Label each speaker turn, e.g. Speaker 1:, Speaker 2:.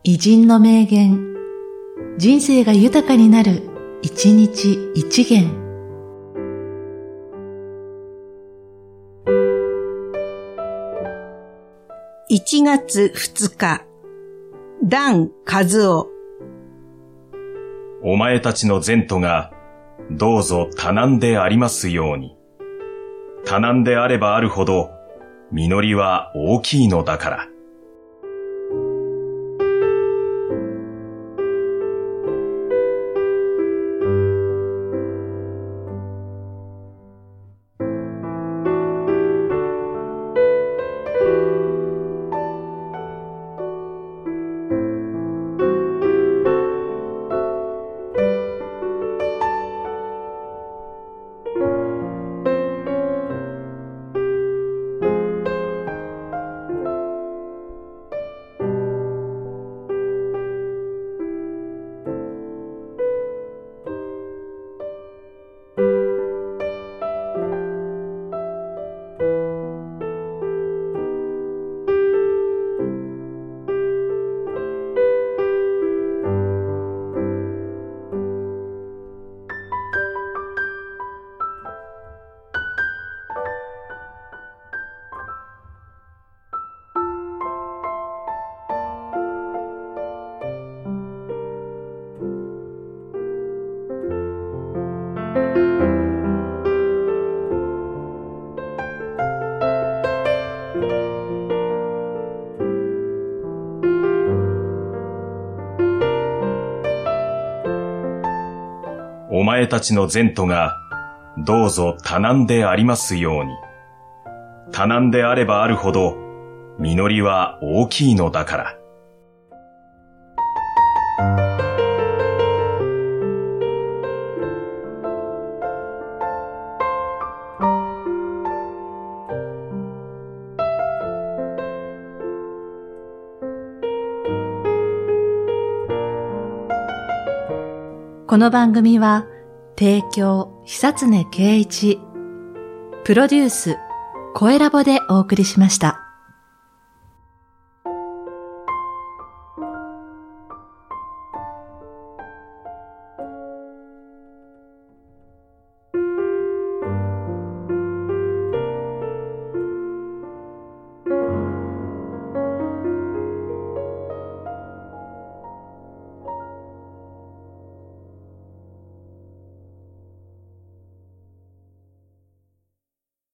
Speaker 1: 偉人の名言、人生が豊かになる、一日一元。
Speaker 2: 1月2日、段和夫。
Speaker 3: お前たちの前途が、どうぞ多難でありますように。多難であればあるほど、実りは大きいのだから。お前たちの前途が、どうぞ多難でありますように。多難であればあるほど、実りは大きいのだから。
Speaker 1: この番組は、提供、久常圭一、プロデュース、声ラボでお送りしました。